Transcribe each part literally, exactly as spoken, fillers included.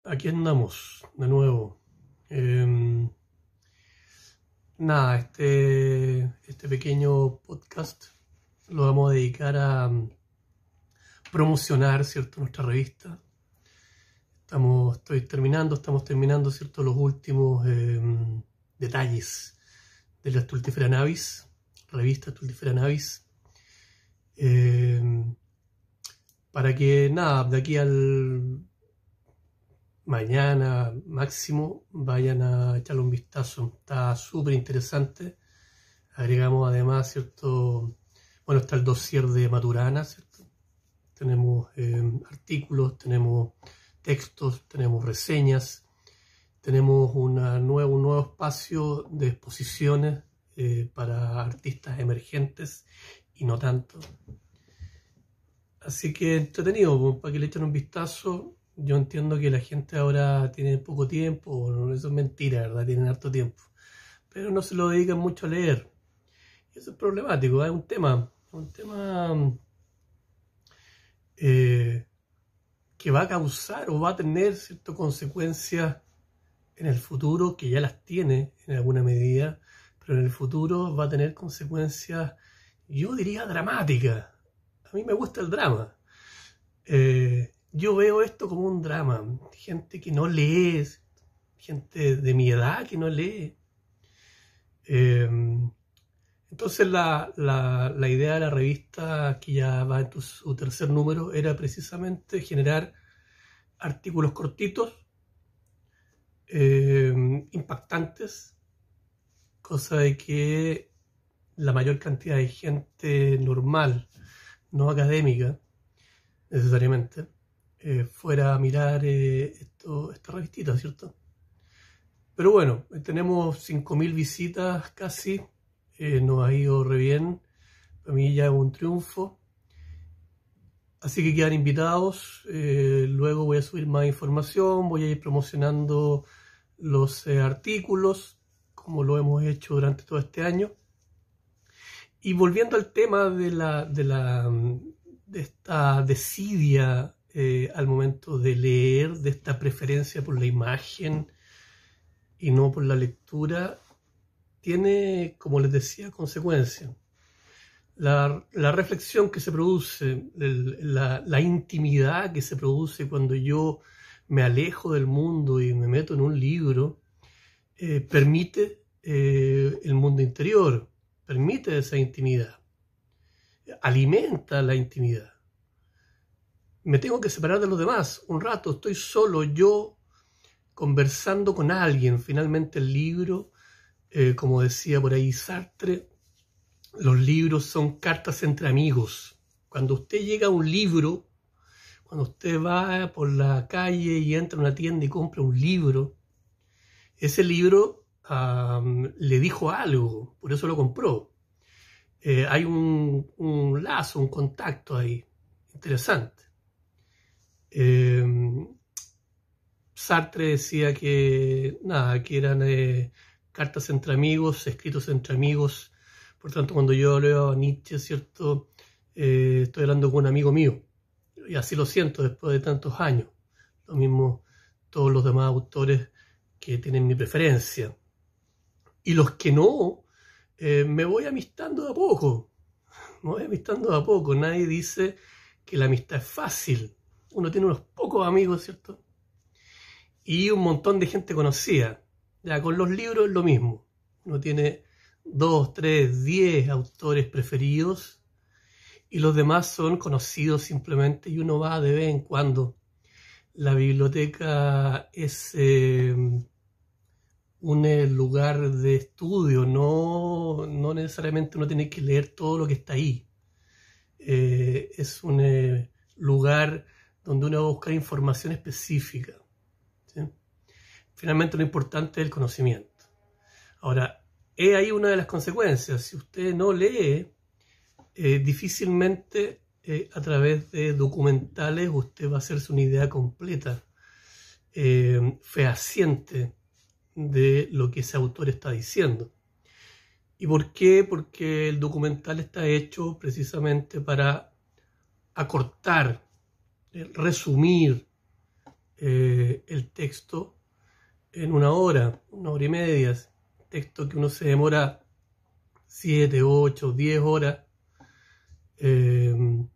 aquí andamos de nuevo. Eh, nada, este, este pequeño podcast lo vamos a dedicar a um, promocionar, ¿cierto?, nuestra revista. Estamos, estoy terminando, estamos terminando, ¿cierto?, los últimos eh, detalles de la Stultifera Navis, revista Stultifera Navis. Eh, para que, nada, de aquí al mañana máximo vayan a echarle un vistazo. Está súper interesante. Agregamos además, ¿cierto? Bueno, está el dossier de Maturana, ¿cierto? Tenemos eh, artículos, tenemos textos, tenemos reseñas, tenemos una nueva, un nuevo espacio de exposiciones eh, para artistas emergentes y no tanto. Así que entretenido, para que le echen un vistazo. Yo entiendo que la gente ahora tiene poco tiempo, bueno, eso es mentira, ¿verdad? Tienen harto tiempo, pero no se lo dedican mucho a leer. Y eso es problemático, ¿eh? Es un tema, un tema eh, que va a causar o va a tener ciertas consecuencias en el futuro, que ya las tiene en alguna medida, pero en el futuro va a tener consecuencias, yo diría, dramáticas. A mí me gusta el drama. Eh, yo veo esto como un drama. Gente que no lee, gente de mi edad que no lee. Eh, entonces la, la, la idea de la revista, que ya va en tu, su tercer número, era precisamente generar artículos cortitos, eh, impactantes, cosa de que la mayor cantidad de gente normal, no académica necesariamente, eh, fuera a mirar eh, esto, esta revistita, ¿cierto? Pero bueno, tenemos cinco mil visitas casi, eh, nos ha ido re bien, para mí ya es un triunfo, así que quedan invitados. Eh, luego voy a subir más información, voy a ir promocionando los eh, artículos, como lo hemos hecho durante todo este año. Y volviendo al tema de la, de la de esta desidia eh, al momento de leer, de esta preferencia por la imagen y no por la lectura, tiene, como les decía, consecuencias. La, la reflexión que se produce, el, la, la intimidad que se produce cuando yo me alejo del mundo y me meto en un libro, eh, permite eh, el mundo interior, permite esa intimidad, alimenta la intimidad. Me tengo que separar de los demás un rato, estoy solo yo conversando con alguien. Finalmente el libro, eh, como decía por ahí Sartre, los libros son cartas entre amigos. Cuando usted llega a un libro, cuando usted va por la calle y entra a una tienda y compra un libro, ese libro um, le dijo algo, por eso lo compró. Eh, hay un, un lazo, un contacto ahí, interesante. Eh, Sartre decía que, nada, que eran eh, cartas entre amigos, escritos entre amigos. Por tanto, cuando yo leo a Nietzsche, ¿cierto? Eh, estoy hablando con un amigo mío. Y así lo siento después de tantos años. Lo mismo todos los demás autores que tienen mi preferencia. Y los que no, eh, me voy amistando de a poco. Me voy amistando de a poco. Nadie dice que la amistad es fácil. Uno tiene unos pocos amigos, ¿cierto? Y un montón de gente conocida. Ya con los libros es lo mismo. Uno tiene dos, tres, diez autores preferidos y los demás son conocidos simplemente, y uno va de vez en cuando. La biblioteca es eh, un lugar de estudio, no, no necesariamente uno tiene que leer todo lo que está ahí. Eh, es un eh, lugar donde uno va a buscar información específica, ¿sí? Finalmente lo importante es el conocimiento. Ahora, es ahí una de las consecuencias. Si usted no lee, eh, difícilmente eh, a través de documentales usted va a hacerse una idea completa, eh, fehaciente de lo que ese autor está diciendo. ¿Y por qué? Porque el documental está hecho precisamente para acortar, eh, resumir, eh, el texto en una hora, una hora y media, texto que uno se demora siete, ocho, diez horas, eh,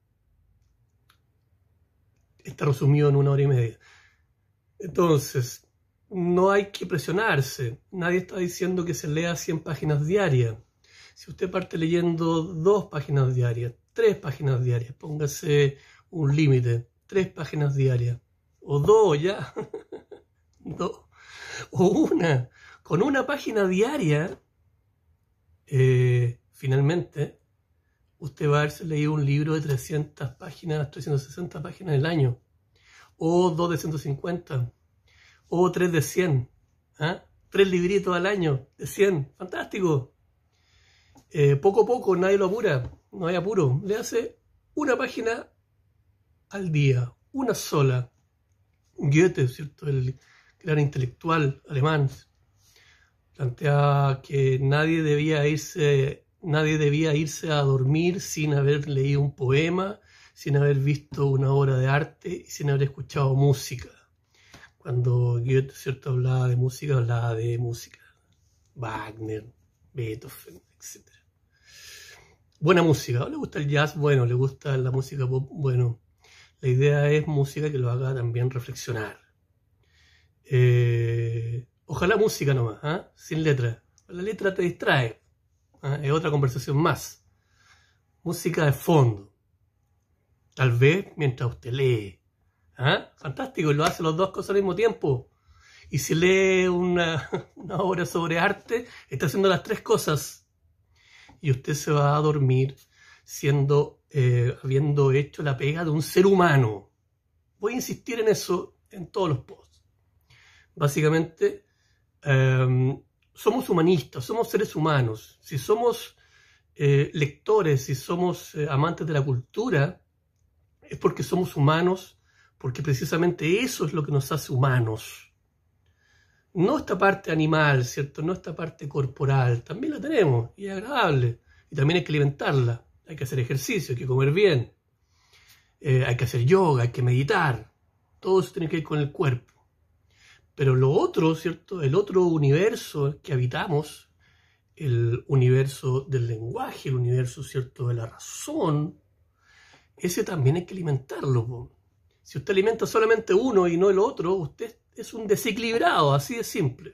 está resumido en una hora y media. Entonces, no hay que presionarse. Nadie está diciendo que se lea cien páginas diarias. Si usted parte leyendo dos páginas diarias, tres páginas diarias, póngase un límite, tres páginas diarias, o dos ya, dos, o una, con una página diaria, eh, finalmente, usted va a haberse leído un libro de trescientas páginas, trescientas sesenta páginas al año, o dos de ciento cincuenta, o tres de cien, ¿eh? Tres libritos al año de cien, fantástico. Eh, poco a poco, nadie lo apura, no hay apuro, le hace una página al día, una sola. Goethe, ¿cierto? El gran intelectual alemán, plantea que nadie debía irse, nadie debía irse a dormir sin haber leído un poema, sin haber visto una obra de arte y sin haber escuchado música. Cuando Goethe, ¿cierto?, hablaba de música, hablaba de música. Wagner, Beethoven, etcétera. Buena música. ¿Le gusta el jazz? Bueno. ¿Le gusta la música pop? Bueno. La idea es música que lo haga también reflexionar. Eh, ojalá música nomás, ¿eh? Sin letra. La letra te distrae. ¿Eh? Es otra conversación más. Música de fondo. Tal vez mientras usted lee. ¿Eh? Fantástico, y lo hace las dos cosas al mismo tiempo. Y si lee una, una obra sobre arte, está haciendo las tres cosas. Y usted se va a dormir siendo, eh, habiendo hecho la pega de un ser humano. Voy a insistir en eso en todos los posts. Básicamente, eh, somos humanistas, somos seres humanos. Si somos eh, lectores, si somos eh, amantes de la cultura, es porque somos humanos, porque precisamente eso es lo que nos hace humanos. No esta parte animal, ¿cierto? No esta parte corporal. También la tenemos y es agradable. Y también hay que alimentarla. Hay que hacer ejercicio, hay que comer bien. Eh, hay que hacer yoga, hay que meditar. Todo eso tiene que ver con el cuerpo. Pero lo otro, ¿cierto? El otro universo que habitamos, el universo del lenguaje, el universo, ¿cierto?, de la razón, ese también hay que alimentarlo, po. Si usted alimenta solamente uno y no el otro, usted es un desequilibrado, así de simple.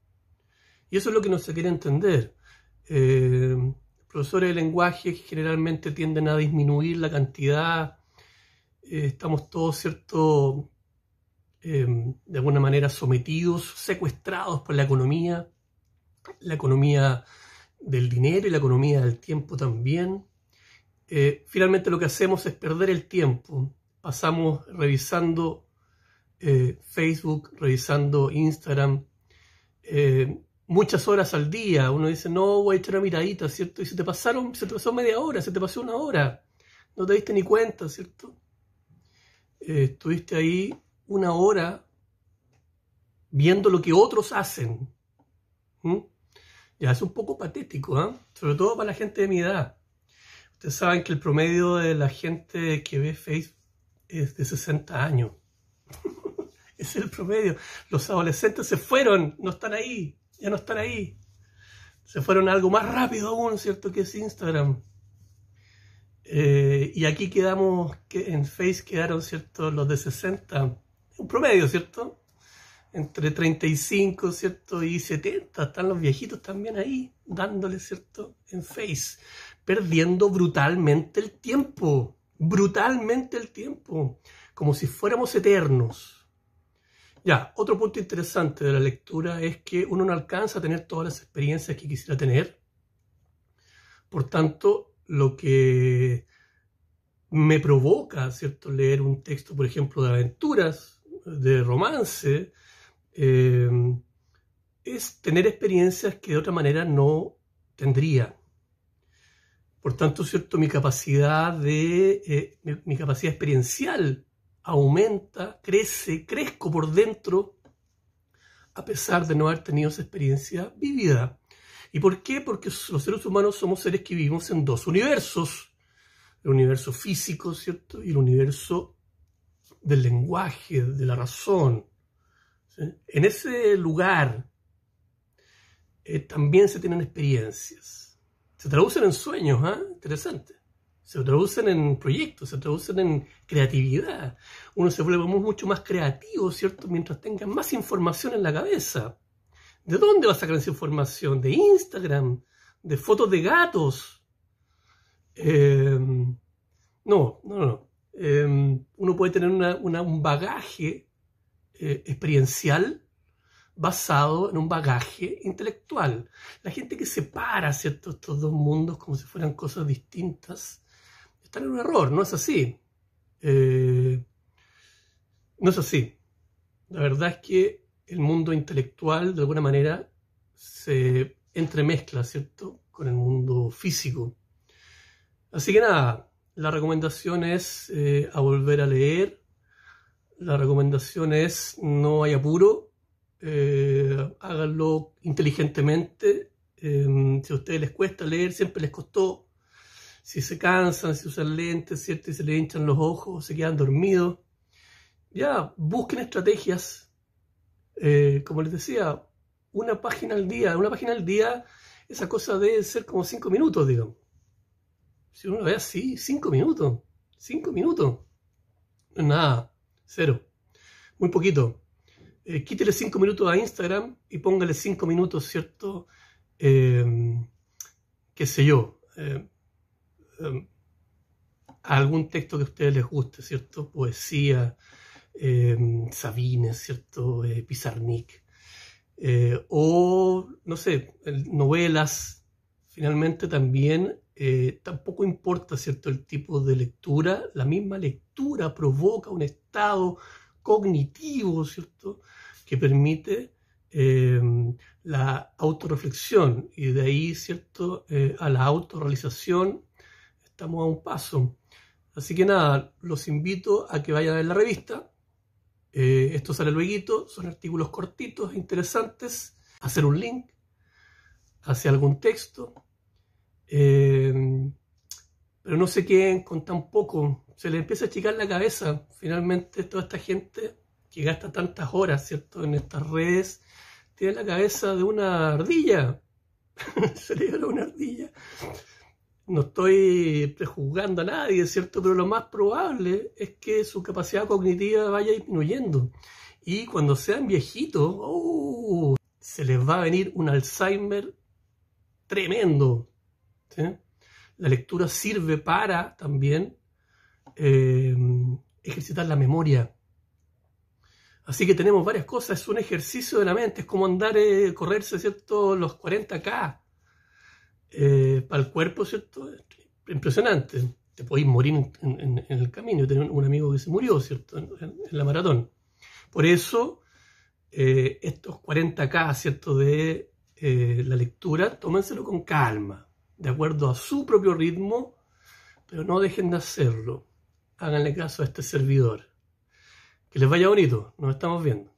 Y eso es lo que no se quiere entender. Eh, profesores de lenguaje generalmente tienden a disminuir la cantidad. Eh, estamos todos, ¿cierto?, eh, de alguna manera sometidos, secuestrados por la economía, la economía del dinero y la economía del tiempo también. Eh, finalmente lo que hacemos es perder el tiempo. Pasamos revisando eh, Facebook, revisando Instagram, eh, muchas horas al día. Uno dice, no, voy a echar una miradita, ¿cierto? Y se te pasaron, se te pasó media hora, se te pasó una hora. No te diste ni cuenta, ¿cierto? Eh, estuviste ahí una hora viendo lo que otros hacen. ¿Mm? Ya es un poco patético, ¿eh? Sobre todo para la gente de mi edad. Ustedes saben que el promedio de la gente que ve Facebook es de sesenta años. Ese es el promedio. Los adolescentes se fueron, no están ahí, ya no están ahí. Se fueron a algo más rápido aún, ¿cierto?, que es Instagram. Eh, y aquí quedamos, que en Face quedaron, ¿cierto?, los de sesenta. Un promedio, ¿cierto? Entre treinta y cinco, ¿cierto?, y setenta. Están los viejitos también ahí, dándole, ¿cierto?, en Face. Perdiendo brutalmente el tiempo. Brutalmente el tiempo. Como si fuéramos eternos. Ya, otro punto interesante de la lectura es que uno no alcanza a tener todas las experiencias que quisiera tener. Por tanto, lo que me provoca, ¿cierto?, leer un texto, por ejemplo, de aventuras, de romance, eh, es tener experiencias que de otra manera no tendría. Por tanto, ¿cierto?, mi capacidad de, eh, mi, mi capacidad experiencial aumenta, crece, crezco por dentro, a pesar de no haber tenido esa experiencia vivida. ¿Y por qué? Porque los seres humanos somos seres que vivimos en dos universos. El universo físico, ¿cierto?, y el universo del lenguaje, de la razón. ¿Sí? En ese lugar eh, también se tienen experiencias. Se traducen en sueños, ¿eh? Interesante. Se traducen en proyectos, se traducen en creatividad. Uno se vuelve mucho más creativo, ¿cierto? Mientras tenga más información en la cabeza. ¿De dónde va a sacar esa información? De Instagram, de fotos de gatos. Eh, no, no, no. Eh, uno puede tener una, una, un bagaje eh, experiencial basado en un bagaje intelectual. La gente que separa, ¿cierto?, estos dos mundos como si fueran cosas distintas, está en un error, no es así. Eh, no es así. La verdad es que el mundo intelectual, de alguna manera, se entremezcla, ¿cierto?, con el mundo físico. Así que nada, la recomendación es eh, a volver a leer. La recomendación es no hay apuro. Eh, háganlo inteligentemente. Eh, si a ustedes les cuesta leer, siempre les costó. Si se cansan, si usan lentes, ¿cierto?, y se les hinchan los ojos, se quedan dormidos, ya, busquen estrategias. Eh, como les decía, una página al día, una página al día, esa cosa debe ser como cinco minutos, digamos. Si uno lo ve así, cinco minutos, cinco minutos, no es nada, cero, muy poquito. Eh, quítele cinco minutos a Instagram y póngale cinco minutos, ¿cierto? Eh, qué sé yo, eh, eh, a algún texto que a ustedes les guste, ¿cierto? Poesía, eh, Sabines, ¿cierto? Eh, Pizarnik, eh, o, no sé, novelas. Finalmente también eh, tampoco importa, ¿cierto?, el tipo de lectura. La misma lectura provoca un estado cognitivo, ¿cierto?, que permite eh, la autorreflexión, y de ahí, ¿cierto?, eh, a la autorrealización estamos a un paso. Así que nada, los invito a que vayan a ver la revista. Eh, esto sale luego, son artículos cortitos, interesantes. Hacer un link hacia algún texto. Eh, pero no se queden con tan poco. Se les empieza a achicar la cabeza. Finalmente, toda esta gente que gasta tantas horas, ¿cierto?, en estas redes, tiene la cabeza de una ardilla. Cerebro de una ardilla. No estoy prejuzgando a nadie, ¿cierto?, pero lo más probable es que su capacidad cognitiva vaya disminuyendo. Y cuando sean viejitos, ¡oh!, se les va a venir un Alzheimer tremendo. ¿Sí? La lectura sirve para también eh, ejercitar la memoria. Así que tenemos varias cosas. Es un ejercicio de la mente. Es como andar, eh, correrse, ¿cierto?, los cuarenta kilómetros. Eh, para el cuerpo, ¿cierto? Impresionante. Te podéis morir en, en, en el camino. Yo tenía un amigo que se murió, ¿cierto?, en, en, en la maratón. Por eso, eh, estos cuarenta kilómetros, ¿cierto?, de eh, la lectura, tómenselo con calma, de acuerdo a su propio ritmo, pero no dejen de hacerlo. Háganle caso a este servidor. Que les vaya bonito. Nos estamos viendo.